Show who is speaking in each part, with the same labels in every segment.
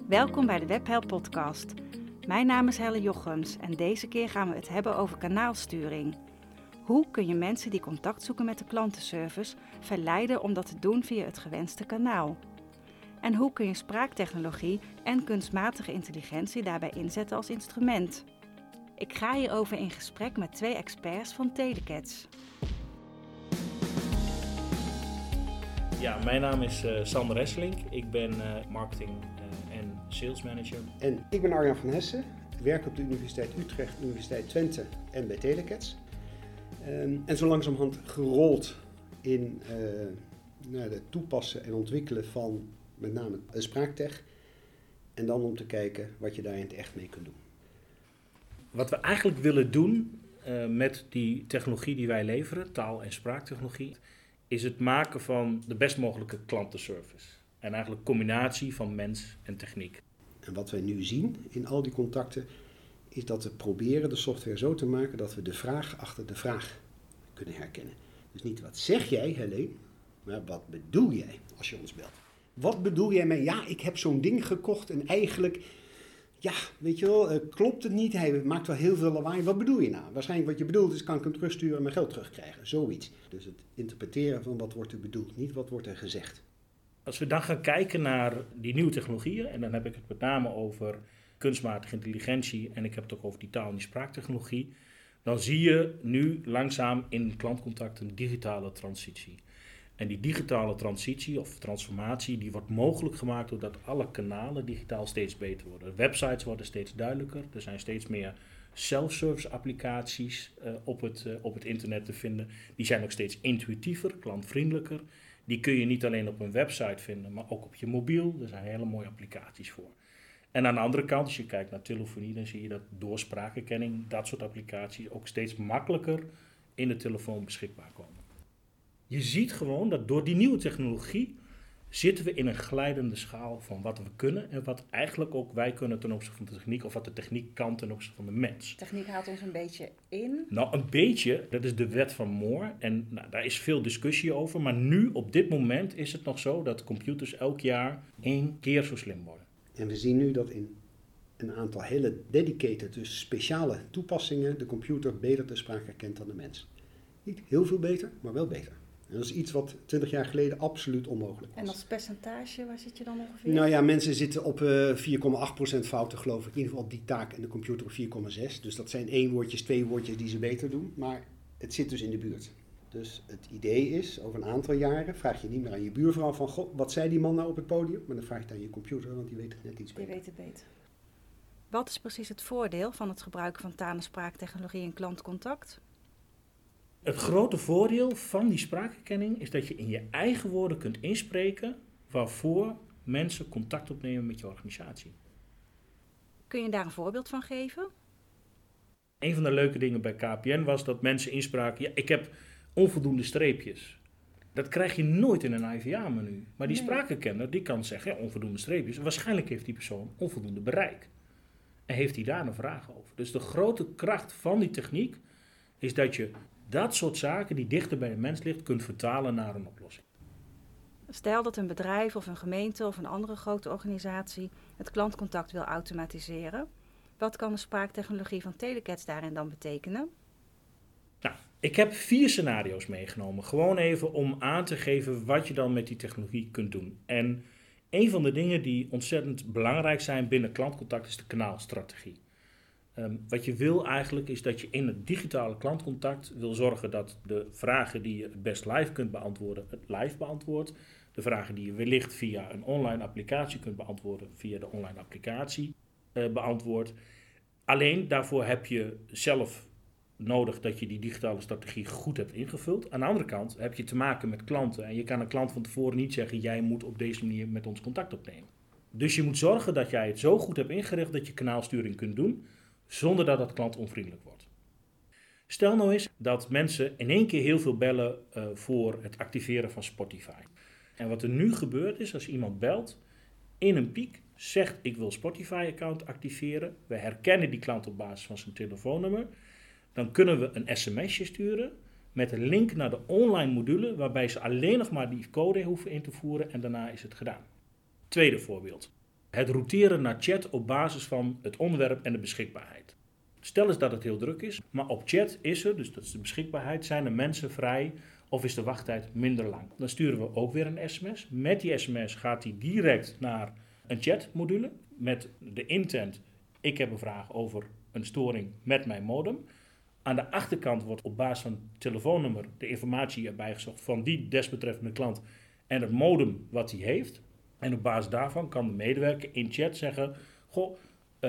Speaker 1: Welkom bij de WebHelp podcast. Mijn naam is Helle Jochems en deze keer gaan we het hebben over kanaalsturing. Hoe kun je mensen die contact zoeken met de klantenservice verleiden om dat te doen via het gewenste kanaal? En hoe kun je spraaktechnologie en kunstmatige intelligentie daarbij inzetten als instrument? Ik ga hierover in gesprek met 2 experts van Telecats.
Speaker 2: Ja, mijn naam is Sander Hesselink. Ik ben marketing en sales manager.
Speaker 3: En ik ben Arjan van Hessen. Ik werk op de Universiteit Utrecht, Universiteit Twente en bij Telecats. En zo langzamerhand gerold in het toepassen en ontwikkelen van met name spraaktech. En dan om te kijken wat je daar in het echt mee kunt doen.
Speaker 2: Wat we eigenlijk willen doen met die technologie die wij leveren, taal- en spraaktechnologie, is het maken van de best mogelijke klantenservice. En eigenlijk combinatie van mens en techniek.
Speaker 3: En wat wij nu zien in al die contacten, is dat we proberen de software zo te maken dat we de vraag achter de vraag kunnen herkennen. Dus niet wat zeg jij, Helene, maar wat bedoel jij als je ons belt? Wat bedoel jij met, ja, ik heb zo'n ding gekocht en eigenlijk, ja, weet je wel, klopt het niet? Hij maakt wel heel veel lawaai. Wat bedoel je nou? Waarschijnlijk wat je bedoelt is, kan ik hem terugsturen en mijn geld terugkrijgen. Zoiets. Dus het interpreteren van wat wordt er bedoeld, niet wat wordt er gezegd.
Speaker 2: Als we dan gaan kijken naar die nieuwe technologieën, en dan heb ik het met name over kunstmatige intelligentie en ik heb het ook over die taal- en die spraaktechnologie, dan zie je nu langzaam in klantcontact een digitale transitie. En die digitale transitie of transformatie, die wordt mogelijk gemaakt doordat alle kanalen digitaal steeds beter worden. Websites worden steeds duidelijker, er zijn steeds meer self-service applicaties op het internet te vinden. Die zijn ook steeds intuïtiever, klantvriendelijker. Die kun je niet alleen op een website vinden, maar ook op je mobiel. Er zijn hele mooie applicaties voor. En aan de andere kant, als je kijkt naar telefonie, dan zie je dat door spraakherkenning dat soort applicaties ook steeds makkelijker in de telefoon beschikbaar komen. Je ziet gewoon dat door die nieuwe technologie zitten we in een glijdende schaal van wat we kunnen en wat eigenlijk ook wij kunnen ten opzichte van de techniek of wat de techniek kan ten opzichte van de mens.
Speaker 1: Techniek haalt ons een beetje in.
Speaker 2: Nou, een beetje, dat is de wet van Moore en daar is veel discussie over, maar nu op dit moment is het nog zo dat computers elk jaar 1 keer zo slim worden.
Speaker 3: En we zien nu dat in een aantal hele dedicated, dus speciale toepassingen, de computer beter de spraak herkent dan de mens. Niet heel veel beter, maar wel beter. En dat is iets wat 20 jaar geleden absoluut onmogelijk was.
Speaker 1: En als percentage, waar zit je dan ongeveer?
Speaker 3: Nou ja, mensen zitten op 4,8% fouten geloof ik. In ieder geval op die taak en de computer op 4,6%. Dus dat zijn 1 woordjes, 2 woordjes die ze beter doen. Maar het zit dus in de buurt. Dus het idee is, over een aantal jaren vraag je niet meer aan je buurvrouw van, goh, wat zei die man nou op het podium? Maar dan vraag je het aan je computer, want die weet het net iets beter.
Speaker 1: Die weet het beter. Wat is precies het voordeel van het gebruiken van taal- en spraaktechnologie in klantcontact?
Speaker 2: Het grote voordeel van die spraakherkenning is dat je in je eigen woorden kunt inspreken waarvoor mensen contact opnemen met je organisatie.
Speaker 1: Kun je daar een voorbeeld van geven?
Speaker 2: Een van de leuke dingen bij KPN was dat mensen inspraken, ja, ik heb onvoldoende streepjes. Dat krijg je nooit in een IVA-menu. Maar die spraakherkenner die kan zeggen, ja, onvoldoende streepjes. Waarschijnlijk heeft die persoon onvoldoende bereik. En heeft hij daar een vraag over. Dus de grote kracht van die techniek is dat je dat soort zaken die dichter bij de mens ligt, kunt vertalen naar een oplossing.
Speaker 1: Stel dat een bedrijf of een gemeente of een andere grote organisatie het klantcontact wil automatiseren. Wat kan de spraaktechnologie van Telecats daarin dan betekenen?
Speaker 2: Nou, ik heb 4 scenario's meegenomen. Gewoon even om aan te geven wat je dan met die technologie kunt doen. En een van de dingen die ontzettend belangrijk zijn binnen klantcontact is de kanaalstrategie. Wat je wil eigenlijk is dat je in het digitale klantcontact wil zorgen dat de vragen die je het best live kunt beantwoorden, het live beantwoordt. De vragen die je wellicht via een online applicatie kunt beantwoorden, via de online applicatie beantwoordt. Alleen daarvoor heb je zelf nodig dat je die digitale strategie goed hebt ingevuld. Aan de andere kant heb je te maken met klanten en je kan een klant van tevoren niet zeggen, jij moet op deze manier met ons contact opnemen. Dus je moet zorgen dat jij het zo goed hebt ingericht dat je kanaalsturing kunt doen, zonder dat het klantonvriendelijk wordt. Stel nou eens dat mensen in 1 keer heel veel bellen voor het activeren van Spotify. En wat er nu gebeurt is, als iemand belt, in een piek zegt ik wil Spotify-account activeren. We herkennen die klant op basis van zijn telefoonnummer. Dan kunnen we een sms'je sturen met een link naar de online module waarbij ze alleen nog maar die code hoeven in te voeren en daarna is het gedaan. Tweede voorbeeld. het routeren naar chat op basis van het onderwerp en de beschikbaarheid. Stel eens dat het heel druk is, maar op chat is er, dus dat is de beschikbaarheid, zijn er mensen vrij of is de wachttijd minder lang. Dan sturen we ook weer een sms. Met die sms gaat die direct naar een chatmodule met de intent: ik heb een vraag over een storing met mijn modem. Aan de achterkant wordt op basis van het telefoonnummer de informatie erbij gezocht van die desbetreffende klant en het modem wat hij heeft. En op basis daarvan kan de medewerker in chat zeggen: goh,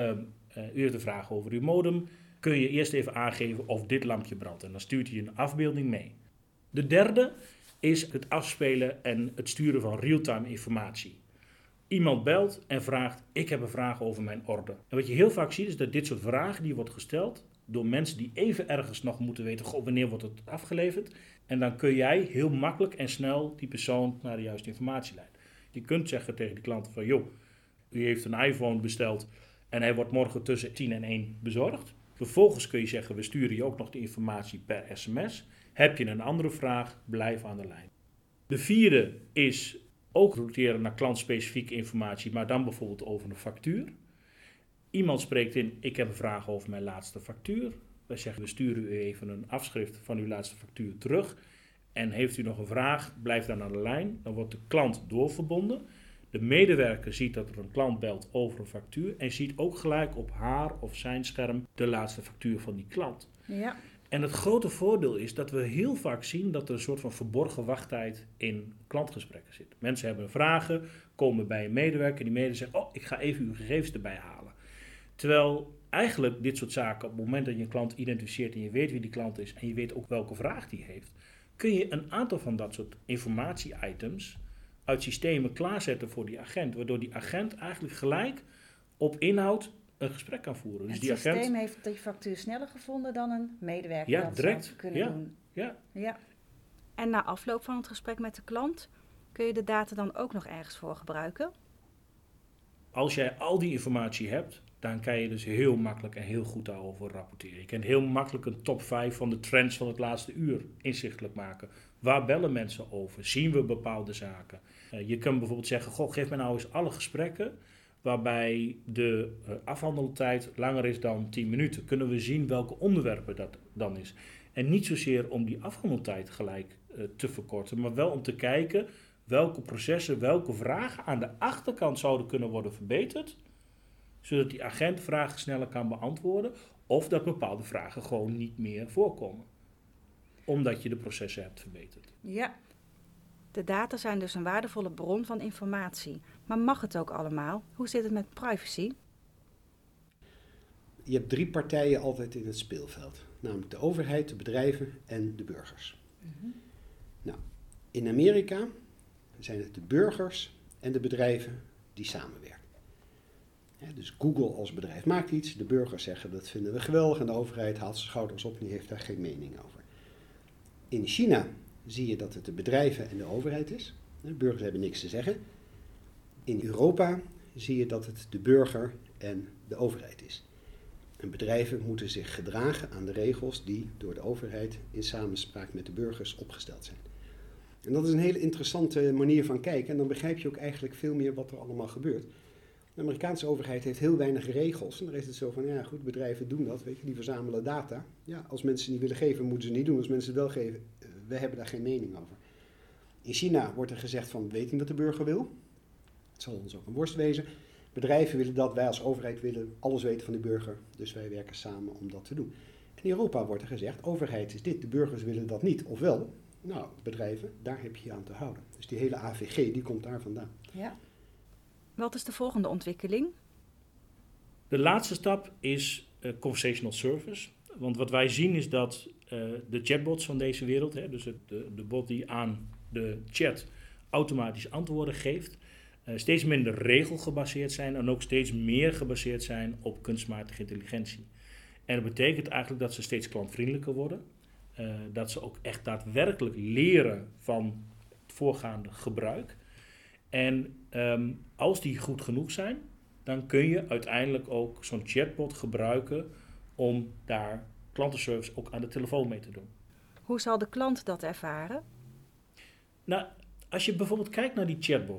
Speaker 2: u heeft een vraag over uw modem. Kun je eerst even aangeven of dit lampje brandt? En dan stuurt hij een afbeelding mee. De derde is het afspelen en het sturen van real-time informatie. Iemand belt en vraagt: ik heb een vraag over mijn orde. En wat je heel vaak ziet is dat dit soort vragen die wordt gesteld door mensen die even ergens nog moeten weten: goh, wanneer wordt het afgeleverd? En dan kun jij heel makkelijk en snel die persoon naar de juiste informatie leiden. Je kunt zeggen tegen die klant van: joh, u heeft een iPhone besteld en hij wordt morgen tussen 10 en 1 bezorgd. Vervolgens kun je zeggen: we sturen je ook nog de informatie per sms. Heb je een andere vraag, blijf aan de lijn. De vierde is ook routeren naar klantspecifieke informatie, maar dan bijvoorbeeld over een factuur. Iemand spreekt in: ik heb een vraag over mijn laatste factuur. Wij zeggen: we sturen u even een afschrift van uw laatste factuur terug. En heeft u nog een vraag, blijf dan aan de lijn. Dan wordt de klant doorverbonden. De medewerker ziet dat er een klant belt over een factuur en ziet ook gelijk op haar of zijn scherm de laatste factuur van die klant.
Speaker 1: Ja.
Speaker 2: En het grote voordeel is dat we heel vaak zien dat er een soort van verborgen wachttijd in klantgesprekken zit. Mensen hebben vragen, komen bij een medewerker en die medewerker zegt: oh, ik ga even uw gegevens erbij halen. Terwijl eigenlijk dit soort zaken, op het moment dat je een klant identificeert en je weet wie die klant is en je weet ook welke vraag die heeft, kun je een aantal van dat soort informatie-items uit systemen klaarzetten voor die agent, waardoor die agent eigenlijk gelijk op inhoud een gesprek kan voeren. Dus
Speaker 1: het
Speaker 2: die
Speaker 1: systeem
Speaker 2: agent
Speaker 1: heeft die factuur sneller gevonden dan een medewerker dat
Speaker 2: direct
Speaker 1: zou kunnen doen.
Speaker 2: Ja.
Speaker 1: En na afloop van het gesprek met de klant, kun je de data dan ook nog ergens voor gebruiken?
Speaker 2: Als jij al die informatie hebt, dan kan je dus heel makkelijk en heel goed daarover rapporteren. Je kunt heel makkelijk een top 5 van de trends van het laatste uur inzichtelijk maken. Waar bellen mensen over? Zien we bepaalde zaken? Je kunt bijvoorbeeld zeggen: goh, geef mij nou eens alle gesprekken waarbij de afhandeltijd langer is dan 10 minuten. Kunnen we zien welke onderwerpen dat dan is? En niet zozeer om die afhandeltijd gelijk te verkorten, maar wel om te kijken welke processen, welke vragen aan de achterkant zouden kunnen worden verbeterd, zodat die agent vragen sneller kan beantwoorden of dat bepaalde vragen gewoon niet meer voorkomen, omdat je de processen hebt verbeterd.
Speaker 1: Ja. De data zijn dus een waardevolle bron van informatie. Maar mag het ook allemaal? Hoe zit het met privacy?
Speaker 3: Je hebt 3 partijen altijd in het speelveld. Namelijk de overheid, de bedrijven en de burgers.
Speaker 1: Mm-hmm.
Speaker 3: Nou, in Amerika zijn het de burgers en de bedrijven die samenwerken. Ja, dus Google als bedrijf maakt iets, de burgers zeggen dat vinden we geweldig en de overheid haalt zijn schouders op en die heeft daar geen mening over. In China zie je dat het de bedrijven en de overheid is. De burgers hebben niks te zeggen. In Europa zie je dat het de burger en de overheid is. En bedrijven moeten zich gedragen aan de regels die door de overheid in samenspraak met de burgers opgesteld zijn. En dat is een hele interessante manier van kijken en dan begrijp je ook eigenlijk veel meer wat er allemaal gebeurt. De Amerikaanse overheid heeft heel weinig regels en dan is het zo van: ja goed, bedrijven doen dat, weet je, die verzamelen data. Ja, als mensen niet willen geven, moeten ze niet doen. Als mensen het wel geven, we hebben daar geen mening over. In China wordt er gezegd van: we weten wat de burger wil. Het zal ons ook een worst wezen. Bedrijven willen dat, wij als overheid willen alles weten van de burger, dus wij werken samen om dat te doen. En in Europa wordt er gezegd: overheid is dit, de burgers willen dat niet. Ofwel, nou, bedrijven, daar heb je je aan te houden. Dus die hele AVG, die komt daar vandaan.
Speaker 1: Ja. Wat is de volgende ontwikkeling?
Speaker 2: De laatste stap is conversational service. Want wat wij zien is dat de chatbots van deze wereld, dus de bot die aan de chat automatisch antwoorden geeft, steeds minder regelgebaseerd zijn en ook steeds meer gebaseerd zijn op kunstmatige intelligentie. En dat betekent eigenlijk dat ze steeds klantvriendelijker worden. Dat ze ook echt daadwerkelijk leren van het voorgaande gebruik. En als die goed genoeg zijn, dan kun je uiteindelijk ook zo'n chatbot gebruiken om daar klantenservice ook aan de telefoon mee te doen.
Speaker 1: Hoe zal de klant dat ervaren?
Speaker 2: Nou, als je bijvoorbeeld kijkt naar die chatbot,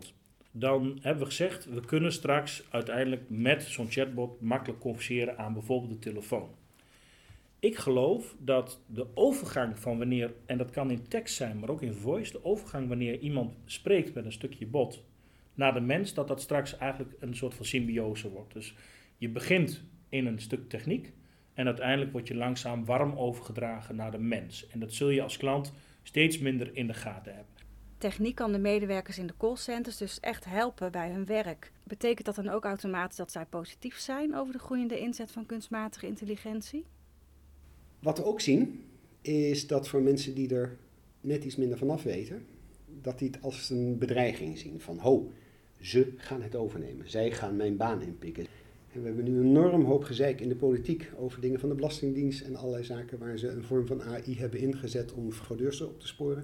Speaker 2: dan hebben we gezegd, we kunnen straks uiteindelijk met zo'n chatbot makkelijk converseren aan bijvoorbeeld de telefoon. Ik geloof dat de overgang van wanneer, en dat kan in tekst zijn, maar ook in voice, de overgang wanneer iemand spreekt met een stukje bot naar de mens, dat straks eigenlijk een soort van symbiose wordt. Dus je begint in een stuk techniek en uiteindelijk word je langzaam warm overgedragen naar de mens. En dat zul je als klant steeds minder in de gaten hebben.
Speaker 1: Techniek kan de medewerkers in de callcenters dus echt helpen bij hun werk. Betekent dat dan ook automatisch dat zij positief zijn over de groeiende inzet van kunstmatige intelligentie?
Speaker 3: Wat we ook zien, is dat voor mensen die er net iets minder vanaf weten, dat die het als een bedreiging zien. Van, ze gaan het overnemen. Zij gaan mijn baan inpikken. En we hebben nu een enorm hoop gezeik in de politiek over dingen van de Belastingdienst en allerlei zaken waar ze een vorm van AI hebben ingezet om fraudeurs op te sporen.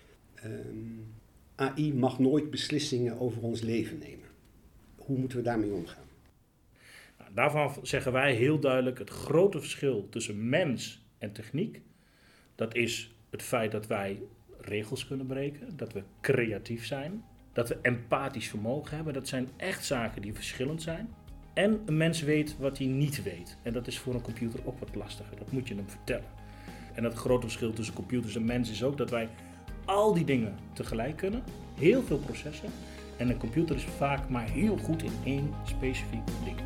Speaker 3: AI mag nooit beslissingen over ons leven nemen. Hoe moeten we daarmee omgaan?
Speaker 2: Nou, daarvan zeggen wij heel duidelijk het grote verschil tussen mens en techniek. Dat is het feit dat wij regels kunnen breken, dat we creatief zijn, dat we empathisch vermogen hebben. Dat zijn echt zaken die verschillend zijn. En een mens weet wat hij niet weet. En dat is voor een computer ook wat lastiger. Dat moet je hem vertellen. En het grote verschil tussen computers en mens is ook dat wij al die dingen tegelijk kunnen. Heel veel processen. En een computer is vaak maar heel goed in één specifiek ding.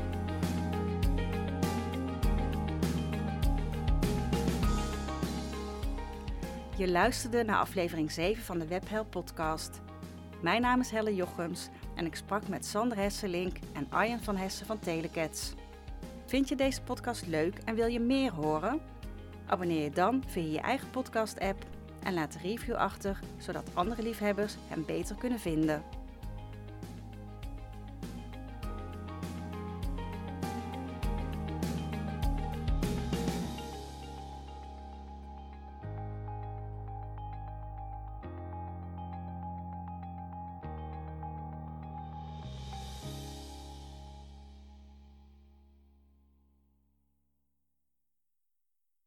Speaker 1: Je luisterde naar aflevering 7 van de WebHelp podcast. Mijn naam is Helle Jochems en ik sprak met Sander Hesselink en Arjen van Hessen van Telecats. Vind je deze podcast leuk en wil je meer horen? Abonneer je dan via je eigen podcast-app en laat een review achter, zodat andere liefhebbers hem beter kunnen vinden.